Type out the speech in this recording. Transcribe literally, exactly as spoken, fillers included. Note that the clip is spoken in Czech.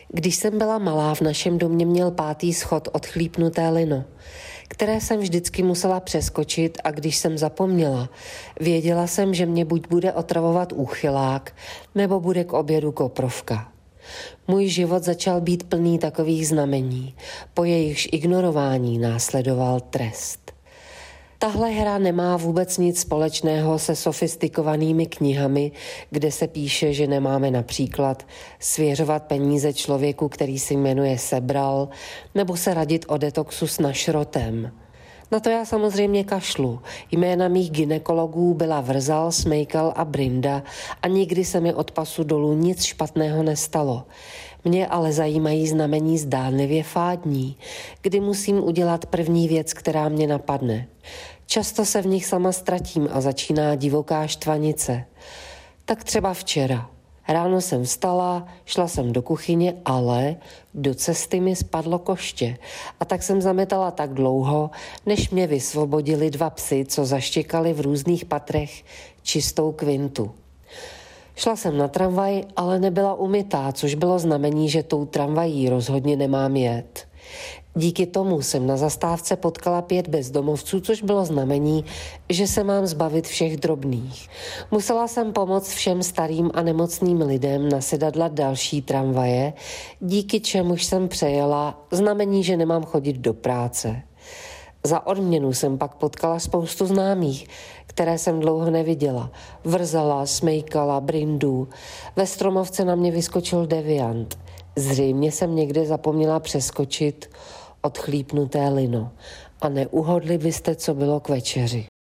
Když jsem byla malá, v našem domě měl pátý schod odchlípnuté lino, které jsem vždycky musela přeskočit, a když jsem zapomněla, věděla jsem, že mě buď bude otravovat úchylák, nebo bude k obědu koprovka. Můj život začal být plný takových znamení, po jejichž ignorování následoval trest. Tahle hra nemá vůbec nic společného se sofistikovanými knihami, kde se píše, že nemáme například svěřovat peníze člověku, který si jmenuje Sebral, nebo se radit o detoxu s našrotem. Na to já samozřejmě kašlu. Jména mých gynekologů byla Vrzal, Smejkal a Brinda a nikdy se mi od pasu dolů nic špatného nestalo. Mě ale zajímají znamení zdánlivě fádní, kdy musím udělat první věc, která mě napadne. Často se v nich sama ztratím a začíná divoká štvanice. Tak třeba včera. Ráno jsem vstala, šla jsem do kuchyně, ale do cesty mi spadlo koště a tak jsem zametala tak dlouho, než mě vysvobodili dva psy, co zaštěkali v různých patrech čistou kvintu. Šla jsem na tramvaj, ale nebyla umytá, což bylo znamení, že tou tramvají rozhodně nemám jet. Díky tomu jsem na zastávce potkala pět bezdomovců, což bylo znamení, že se mám zbavit všech drobných. Musela jsem pomoct všem starým a nemocným lidem nasedat další tramvaje, díky čemuž jsem přejela znamení, že nemám chodit do práce. Za odměnu jsem pak potkala spoustu známých, které jsem dlouho neviděla. Vrzala, Smejkala, Brindu. Ve Stromovce na mě vyskočil deviant. Zřejmě jsem někde zapomněla přeskočit odchlípnuté lino. A neuhodli byste, co bylo k večeři.